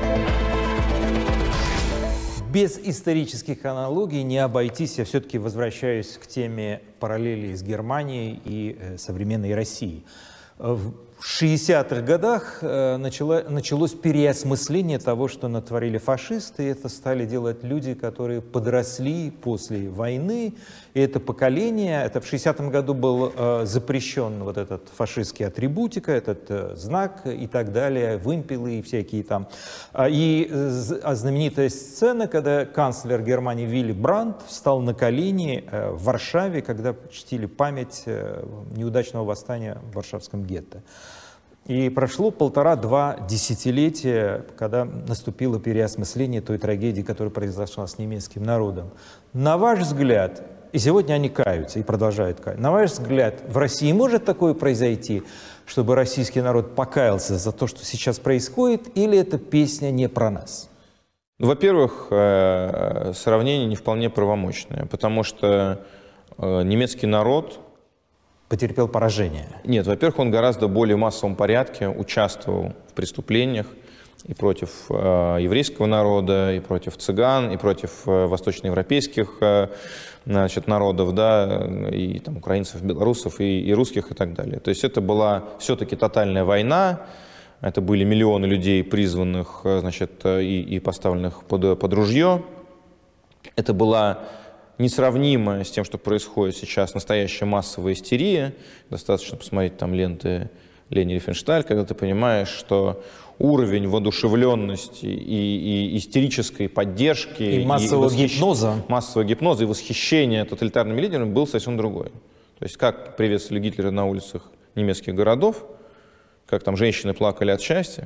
Без исторических аналогий не обойтись. Я все-таки возвращаюсь к теме параллелей с Германией и э, современной Россией. В шестидесятых годах э, начало, началось переосмысление того, что натворили фашисты. И это стали делать люди, которые подросли после войны. И это поколение, это в шестидесятом году был э, запрещен вот этот фашистский атрибутика, этот э, знак и так далее, вымпелы и всякие там. И а знаменитая сцена, когда канцлер Германии Вилли Брандт встал на колени э, в Варшаве, когда чтили память э, неудачного восстания в Варшавском гетто. И прошло полтора-два десятилетия, когда наступило переосмысление той трагедии, которая произошла с немецким народом. На ваш взгляд, и сегодня они каются и продолжают каяться, на ваш взгляд, в России может такое произойти, чтобы российский народ покаялся за то, что сейчас происходит, или эта песня не про нас?
Во-первых, сравнение не вполне правомочное, потому что немецкий народ
потерпел поражение.
Нет, во-первых, он гораздо более в массовом порядке участвовал в преступлениях и против э, еврейского народа, и против цыган, и против э, восточноевропейских э, значит, народов, да, и там, украинцев, белорусов, и, и русских, и так далее. То есть это была все-таки тотальная война, это были миллионы людей, призванных, значит, и, и поставленных под, под ружье. Это была несравнимая с тем, что происходит сейчас, настоящая массовая истерия. Достаточно посмотреть там ленты Лени Рифеншталь, когда ты понимаешь, что уровень воодушевленности и, и истерической поддержки,
и массового, и восхищ... гипноза.
массового гипноза и восхищения тоталитарными лидерами был совсем другой. То есть как приветствовали Гитлера на улицах немецких городов, как там женщины плакали от счастья,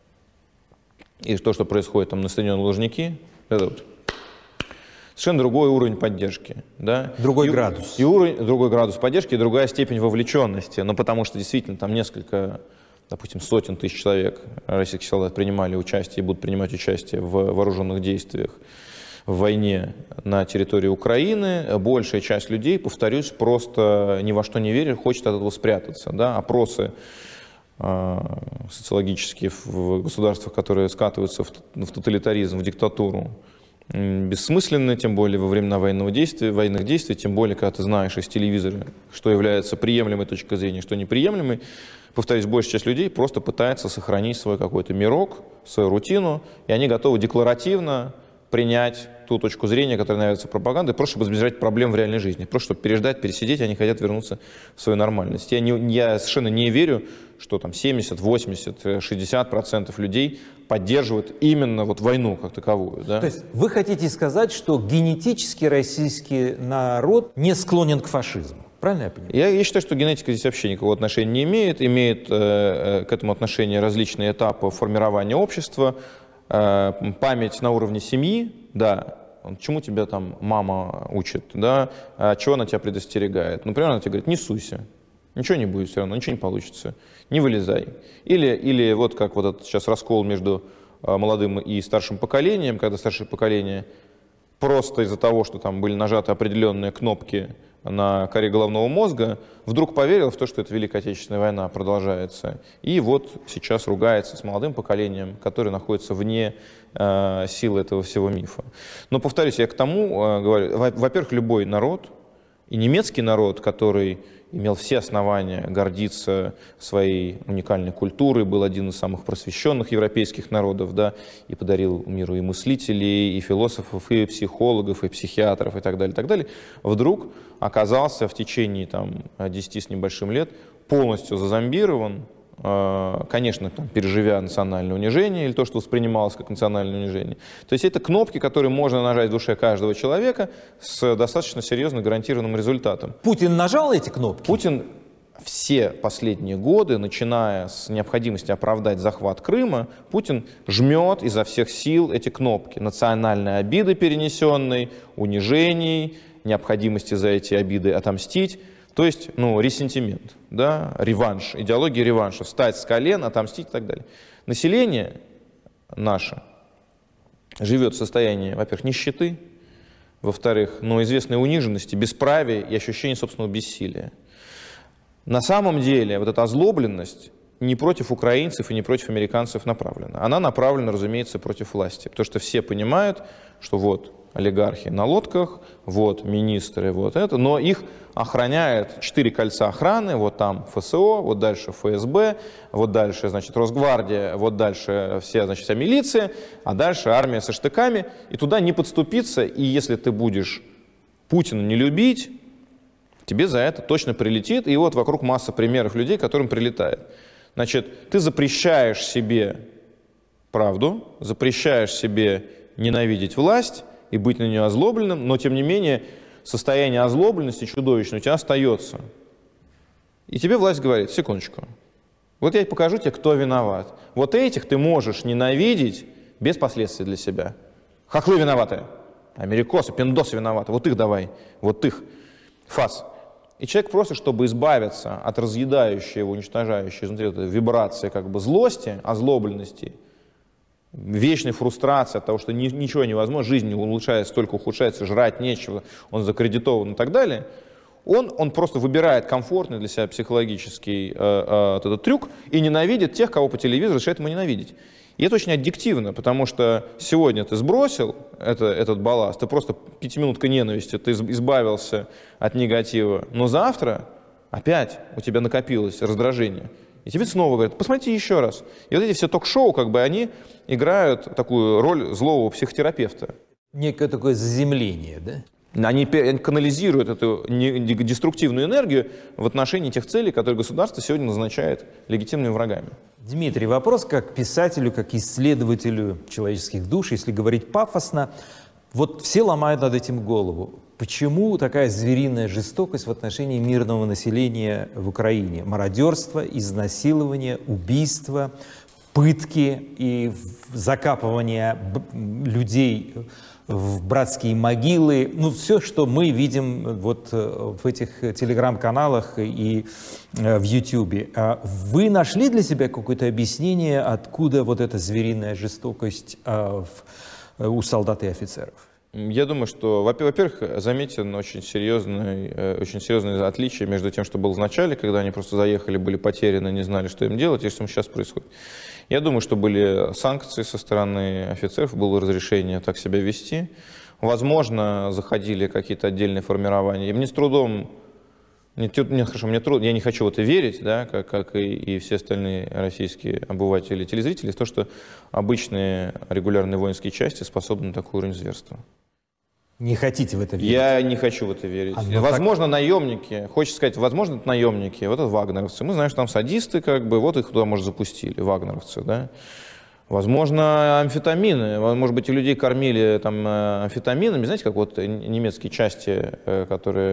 и то, что происходит там на стадионе Лужники, это вот совершенно другой уровень поддержки. Да?
Другой
и,
градус.
И уровень, другой градус поддержки, и другая степень вовлеченности. Ну, потому что действительно там несколько, допустим, сотен тысяч человек российских солдат принимали участие и будут принимать участие в вооруженных действиях в войне на территории Украины. Большая часть людей, повторюсь, просто ни во что не верит, хочет от этого спрятаться. Да? Опросы э, социологические в государствах, которые скатываются в, в тоталитаризм, в диктатуру, бессмысленны, тем более во времена военного действия, военных действий, тем более, когда ты знаешь из телевизора, что является приемлемой точкой зрения, что неприемлемой. Повторюсь, большая часть людей просто пытается сохранить свой какой-то мирок, свою рутину, и они готовы декларативно принять ту точку зрения, которая нравится пропагандой, просто чтобы избежать проблем в реальной жизни, просто чтобы переждать, пересидеть, они хотят вернуться в свою нормальность. Я, не, я совершенно не верю, что там семьдесят, восемьдесят, шестьдесят процентов людей поддерживают именно вот войну как таковую. Да?
То есть вы хотите сказать, что генетически российский народ не склонен к фашизму? Правильно я понимаю?
Я, я считаю, что генетика здесь вообще никакого отношения не имеет. Имеет э, к этому отношение различные этапы формирования общества, э, память на уровне семьи, да. Чему тебя там мама учит, да, а чего она тебя предостерегает? Например, она тебе говорит, не суйся. Ничего не будет все равно, ничего не получится. Не вылезай. Или, или вот как вот этот сейчас раскол между молодым и старшим поколением, когда старшее поколение просто из-за того, что там были нажаты определенные кнопки на коре головного мозга, вдруг поверил в то, что эта Великая Отечественная война продолжается. И вот сейчас ругается с молодым поколением, которое находится вне э, силы этого всего мифа. Но, повторюсь, я к тому э, говорю, во-первых, любой народ, и немецкий народ, который имел все основания гордиться своей уникальной культурой, был один из самых просвещенных европейских народов, да, и подарил миру и мыслителей, и философов, и психологов, и психиатров, и так далее, и так далее, вдруг оказался в течение там, десяти с небольшим лет полностью зазомбирован, конечно, там, переживя национальное унижение или то, что воспринималось как национальное унижение. То есть это кнопки, которые можно нажать в душе каждого человека с достаточно серьезно гарантированным результатом.
Путин нажал эти кнопки?
Путин все последние годы, начиная с необходимости оправдать захват Крыма, Путин жмет изо всех сил эти кнопки. Национальной обиды перенесенной, унижений, необходимости за эти обиды отомстить. То есть, ну, ресентимент, да, реванш, идеология реванша, встать с колен, отомстить и так далее. Население наше живет в состоянии, во-первых, нищеты, во-вторых, ну, известной униженности, бесправия и ощущения собственного бессилия. На самом деле, вот эта озлобленность не против украинцев и не против американцев направлена. Она направлена, разумеется, против власти, потому что все понимают, что вот олигархи на лодках, вот министры, вот это, но их охраняет четыре кольца охраны, вот там ФСО, вот дальше ФСБ, вот дальше, значит, Росгвардия, вот дальше вся, значит, вся милиция, а дальше армия со штыками, и туда не подступиться, и если ты будешь Путина не любить, тебе за это точно прилетит, и вот вокруг масса примеров людей, которым прилетает. Значит, ты запрещаешь себе правду, запрещаешь себе ненавидеть власть, и быть на нее озлобленным, но тем не менее состояние озлобленности чудовищное у тебя остается. И тебе власть говорит: секундочку, вот я покажу тебе, кто виноват. Вот этих ты можешь ненавидеть без последствий для себя. Хохлы виноваты, америкосы, пиндосы виноваты, вот их давай, вот их, фас. И человек просит, чтобы избавиться от разъедающей его, уничтожающей изнутри этой вибрации как бы злости, озлобленности, вечной фрустрации от того, что ни, ничего невозможно, жизнь не улучшается, только ухудшается, жрать нечего, он закредитован и так далее, он, он просто выбирает комфортный для себя психологический э, э, этот трюк и ненавидит тех, кого по телевизору решает ему ненавидеть. И это очень аддиктивно, потому что сегодня ты сбросил это, этот балласт, ты просто пятиминуткой ненависти, ты избавился от негатива, но завтра опять у тебя накопилось раздражение. И тебе снова говорят: посмотрите еще раз. И вот эти все ток-шоу, как бы, они играют такую роль злого психотерапевта.
Некое такое заземление, да?
Они канализируют эту деструктивную энергию в отношении тех целей, которые государство сегодня назначает легитимными врагами.
Дмитрий, вопрос как писателю, как исследователю человеческих душ, если говорить пафосно. Вот все ломают над этим голову. Почему такая звериная жестокость в отношении мирного населения в Украине? Мародерство, изнасилование, убийство, пытки и закапывание людей в братские могилы. Ну, все, что мы видим вот в этих телеграм-каналах и в Ютьюбе. Вы нашли для себя какое-то объяснение, откуда вот эта звериная жестокость у солдат и офицеров?
Я думаю, что, во-первых, заметен очень серьезное, очень серьезное отличие между тем, что было в начале, когда они просто заехали, были потеряны, не знали, что им делать, и что сейчас происходит. Я думаю, что были санкции со стороны офицеров, было разрешение так себя вести. Возможно, заходили какие-то отдельные формирования. И мне с трудом, мне, мне, хорошо, мне трудно, я не хочу в это верить, да, как, как и, и все остальные российские обыватели и телезрители, в то, что обычные регулярные воинские части способны на такой уровень зверства.
Не хотите в это верить?
Я не хочу в это верить. А, возможно, так... наемники, хочется сказать, возможно, это наемники, вот это вагнеровцы. Мы знаем, что там садисты, как бы, вот их туда, может, запустили, вагнеровцы, да. Возможно, амфетамины, может быть, и людей кормили там амфетаминами, знаете, как вот немецкие части, которые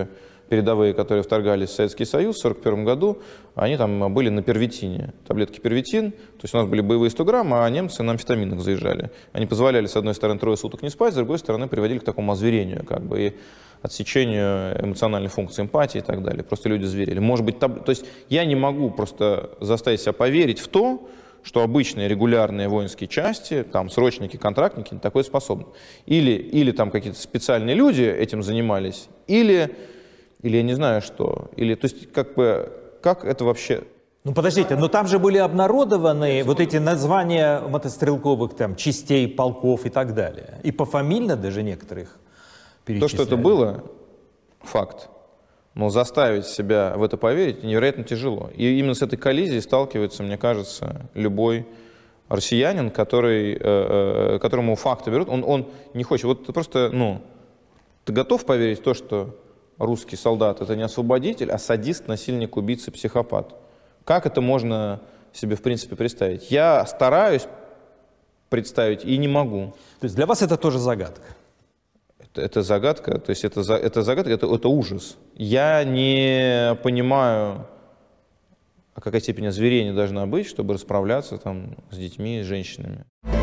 передовые, которые вторгались в Советский Союз в сорок первом году, они там были на первитине, таблетки первитин, то есть у нас были боевые сто грамм, а немцы на амфетаминах заезжали. Они позволяли, с одной стороны, трое суток не спать, с другой стороны, приводили к такому озверению, как бы, и отсечению эмоциональной функции эмпатии и так далее. Просто люди зверели. Может быть, таб... то есть я не могу просто заставить себя поверить в то, что обычные регулярные воинские части, там срочники, контрактники на такое способны. Или, или там какие-то специальные люди этим занимались, или, или я не знаю что. Или, то есть как бы, как это вообще...
Ну подождите, но там же были обнародованы вот эти названия мотострелковых там частей, полков и так далее. И пофамильно даже некоторых перечисляли.
То, что это было, факт. Но заставить себя в это поверить невероятно тяжело. И именно с этой коллизией сталкивается, мне кажется, любой россиянин, который, э, которому факты берут. Он, он не хочет. Вот ты просто, ну, ты готов поверить в то, что русский солдат — это не освободитель, а садист, насильник, убийца, психопат? Как это можно себе, в принципе, представить? Я стараюсь представить и не могу.
То есть для вас это тоже загадка?
Это, это загадка, то есть это, это загадка, это, это ужас. Я не понимаю, о какой степени озверения должна быть, чтобы расправляться там с детьми, с женщинами.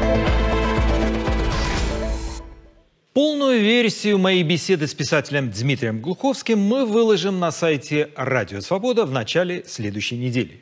Полную версию моей беседы с писателем Дмитрием Глуховским мы выложим на сайте Радио Свобода в начале следующей недели.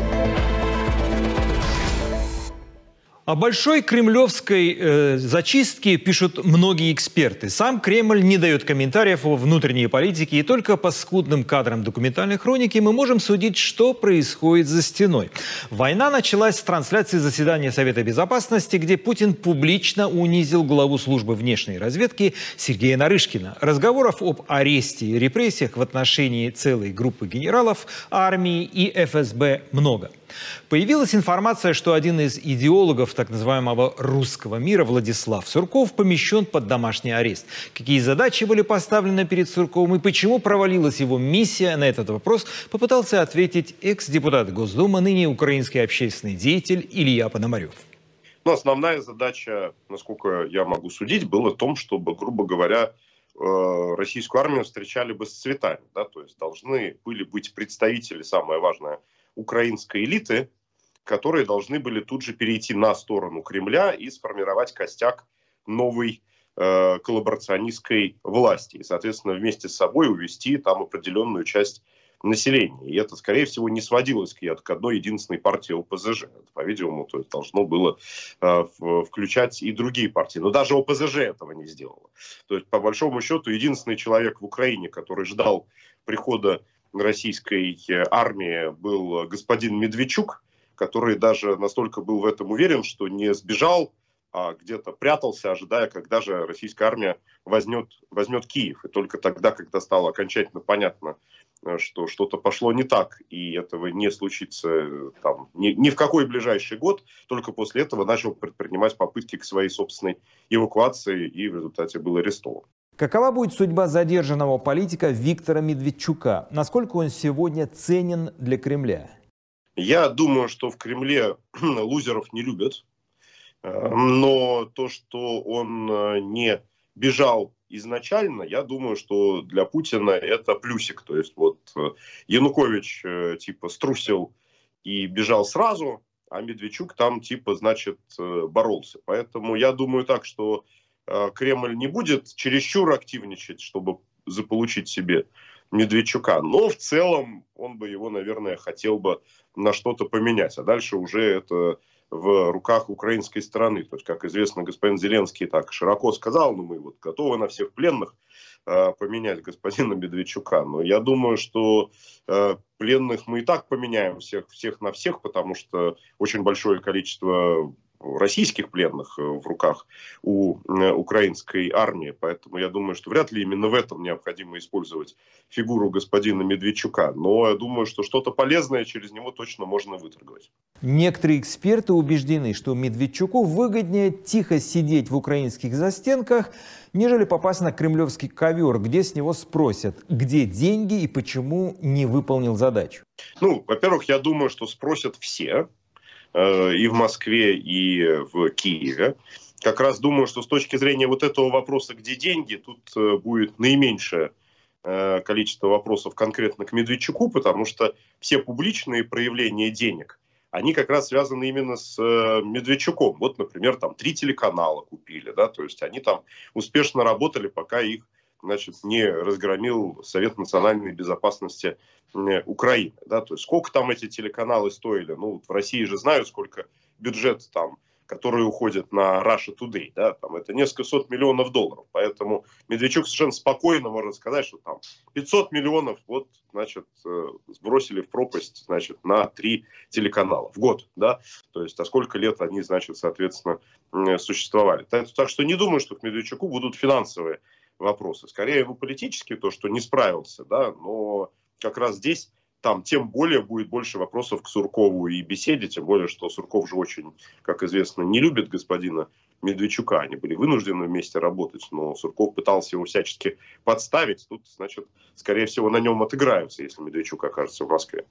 О большой кремлевской э, зачистке пишут многие эксперты. Сам Кремль не дает комментариев о внутренней политике, и только по скудным кадрам документальной хроники мы можем судить, что происходит за стеной. Война началась с трансляции заседания Совета Безопасности, где Путин публично унизил главу службы внешней разведки Сергея Нарышкина. Разговоров об аресте и репрессиях в отношении целой группы генералов, армии и эф эс бэ много. Появилась информация, что один из идеологов так называемого русского мира, Владислав Сурков, помещен под домашний арест. Какие задачи были поставлены перед Сурковым и почему провалилась его миссия, на этот вопрос попытался ответить экс-депутат Госдумы, ныне украинский общественный деятель Илья Пономарев.
Ну, основная задача, насколько я могу судить, была в том, чтобы, грубо говоря, российскую армию встречали бы с цветами. Да? То есть должны были быть представители, самое важное, украинской элиты, которые должны были тут же перейти на сторону Кремля и сформировать костяк новой э, коллаборационистской власти. И, соответственно, вместе с собой увести там определенную часть населения. И это, скорее всего, не сводилось к, к одной единственной партии о пэ зэ жэ. Это, по-видимому, то есть должно было э, в, включать и другие партии. Но даже о пэ зэ жэ этого не сделала. То есть, по большому счету, единственный человек в Украине, который ждал прихода российской армии, был господин Медведчук, который даже настолько был в этом уверен, что не сбежал, а где-то прятался, ожидая, когда же российская армия возьмет, возьмет Киев. И только тогда, когда стало окончательно понятно, что что-то пошло не так, и этого не случится там, ни, ни в какой ближайший год, только после этого начал предпринимать попытки к своей собственной эвакуации и в результате был арестован.
Какова будет судьба задержанного политика Виктора Медведчука? Насколько он сегодня ценен для Кремля?
Я думаю, что в Кремле лузеров не любят. Но то, что он не бежал изначально, я думаю, что для Путина это плюсик. То есть вот Янукович типа струсил и бежал сразу, а Медведчук там типа, значит, боролся. Поэтому я думаю так, что Кремль не будет чересчур активничать, чтобы заполучить себе Медведчука. Но в целом он бы его, наверное, хотел бы на что-то поменять. А дальше уже это в руках украинской стороны. То есть, как известно, господин Зеленский так широко сказал, ну мы вот готовы на всех пленных э, поменять господина Медведчука. Но я думаю, что э, пленных мы и так поменяем всех, всех на всех, потому что очень большое количество российских пленных в руках у украинской армии. Поэтому я думаю, что вряд ли именно в этом необходимо использовать фигуру господина Медведчука. Но я думаю, что что-то полезное через него точно можно выторговать.
Некоторые эксперты убеждены, что Медведчуку выгоднее тихо сидеть в украинских застенках, нежели попасть на кремлевский ковер, где с него спросят, где деньги и почему не выполнил задачу.
Ну, во-первых, я думаю, что спросят все. И в Москве, и в Киеве. Как раз думаю, что с точки зрения вот этого вопроса, где деньги, тут будет наименьшее количество вопросов конкретно к Медведчуку, потому что все публичные проявления денег, они как раз связаны именно с Медведчуком. Вот, например, там три телеканала купили, да, то есть они там успешно работали, пока их, значит, не разгромил Совет национальной безопасности Украины, да, то есть сколько там эти телеканалы стоили, ну, в России же знают, сколько бюджет там, которые уходят на Russia Today, да, там это несколько сот миллионов долларов, поэтому Медведчук совершенно спокойно может сказать, что там пятьсот миллионов вот, значит, сбросили в пропасть, значит, на три телеканала в год, да, то есть, а сколько лет они, значит, соответственно, существовали. Так, так что не думаю, что к Медведчуку будут финансовые вопросы, скорее его политические, то, что не справился, да, но как раз здесь там тем более будет больше вопросов к Суркову и беседе, тем более, что Сурков же очень, как известно, не любит господина Медведчука. Они были вынуждены вместе работать, но Сурков пытался его всячески подставить. Тут, значит, скорее всего, на нем отыграются, если Медведчук окажется в Москве.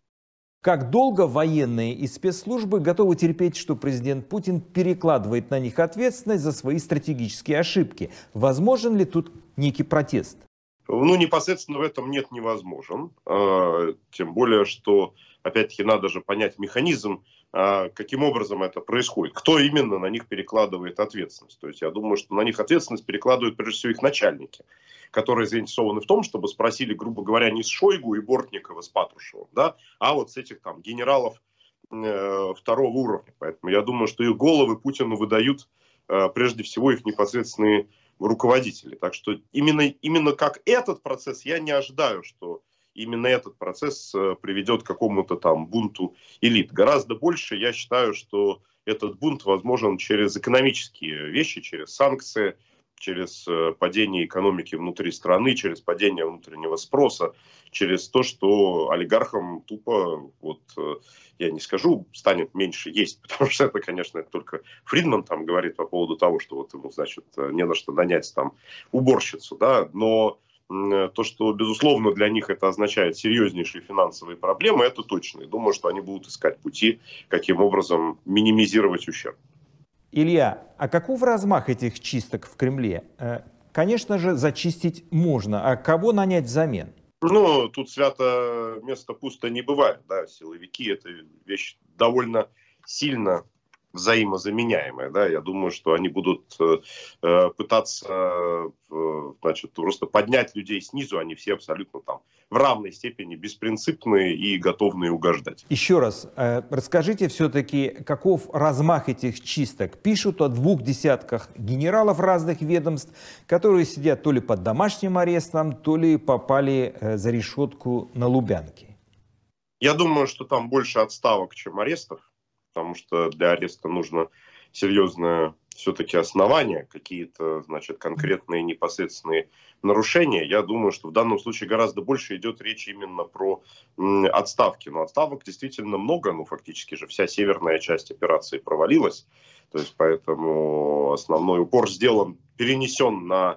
Как долго военные и спецслужбы готовы терпеть, что президент Путин перекладывает на них ответственность за свои стратегические ошибки? Возможен ли тут некий протест?
Ну, непосредственно в этом нет, невозможен. Тем более, что, опять-таки, надо же понять механизм, каким образом это происходит. Кто именно на них перекладывает ответственность. То есть я думаю, что на них ответственность перекладывают прежде всего их начальники, которые заинтересованы в том, чтобы спросили, грубо говоря, не с Шойгу и Бортникова, с Патрушевым, да, а вот с этих там генералов э, второго уровня. Поэтому я думаю, что их головы Путину выдают э, прежде всего их непосредственные руководители. Так что именно, именно как этот процесс, я не ожидаю, что именно этот процесс приведет к какому-то там бунту элит. Гораздо больше я считаю, что этот бунт возможен через экономические вещи, через санкции, через падение экономики внутри страны, через падение внутреннего спроса, через то, что олигархам тупо, вот, я не скажу, станет меньше есть, потому что это, конечно, это только Фридман там говорит по поводу того, что вот ему, значит, не на что нанять там уборщицу, да, но то, что, безусловно, для них это означает серьезнейшие финансовые проблемы, это точно. И думаю, что они будут искать пути, каким образом минимизировать ущерб.
Илья, а каков размах этих чисток в Кремле? Конечно же, зачистить можно, а кого нанять взамен?
Ну, тут свято место пусто не бывает. Да? Силовики – это вещь довольно сильно взаимозаменяемая. Да? Я думаю, что они будут э, пытаться э, значит, просто поднять людей снизу. Они все абсолютно там в равной степени беспринципные и готовные угождать.
Еще раз, э, расскажите все-таки, каков размах этих чисток? Пишут о двух десятках генералов разных ведомств, которые сидят то ли под домашним арестом, то ли попали э, за решетку на Лубянке.
Я думаю, что там больше отставок, чем арестов. Потому что для ареста нужно серьезное все-таки основание, какие-то, значит, конкретные непосредственные нарушения. Я думаю, что в данном случае гораздо больше идет речь именно про м, отставки. Но отставок действительно много, ну, фактически же вся северная часть операции провалилась. То есть, поэтому основной упор сделан, перенесен на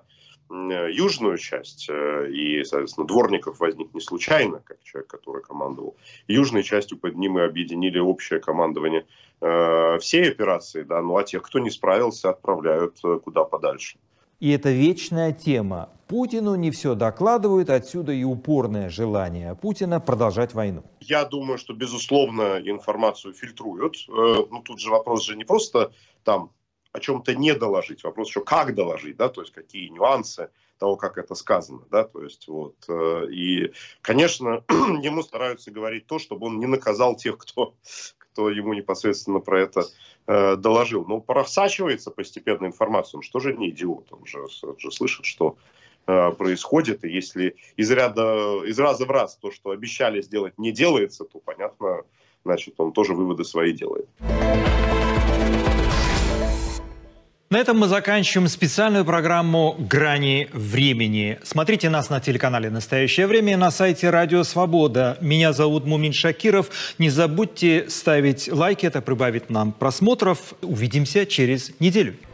южную часть, и, соответственно, Дворников возник не случайно, как человек, который командовал. Южной частью под ним и объединили общее командование э, всей операции, да, ну а тех, кто не справился, отправляют куда подальше.
И это вечная тема. Путину не все докладывают, отсюда и упорное желание Путина продолжать войну.
Я думаю, что, безусловно, информацию фильтруют. Э, ну, тут же вопрос же не просто там о чем-то не доложить, вопрос еще как доложить, да, то есть какие нюансы того, как это сказано, да, то есть вот, и, конечно, ему стараются говорить то, чтобы он не наказал тех, кто, кто ему непосредственно про это э, доложил, но просачивается постепенно информация, он что же не идиот, он же, он же слышит, что э, происходит, и если из ряда, из раза в раз то, что обещали сделать, не делается, то, понятно, значит, он тоже выводы свои делает.
На этом мы заканчиваем специальную программу «Грани времени». Смотрите нас на телеканале «Настоящее время» и на сайте «Радио Свобода». Меня зовут Мумин Шакиров. Не забудьте ставить лайки, это прибавит нам просмотров. Увидимся через неделю.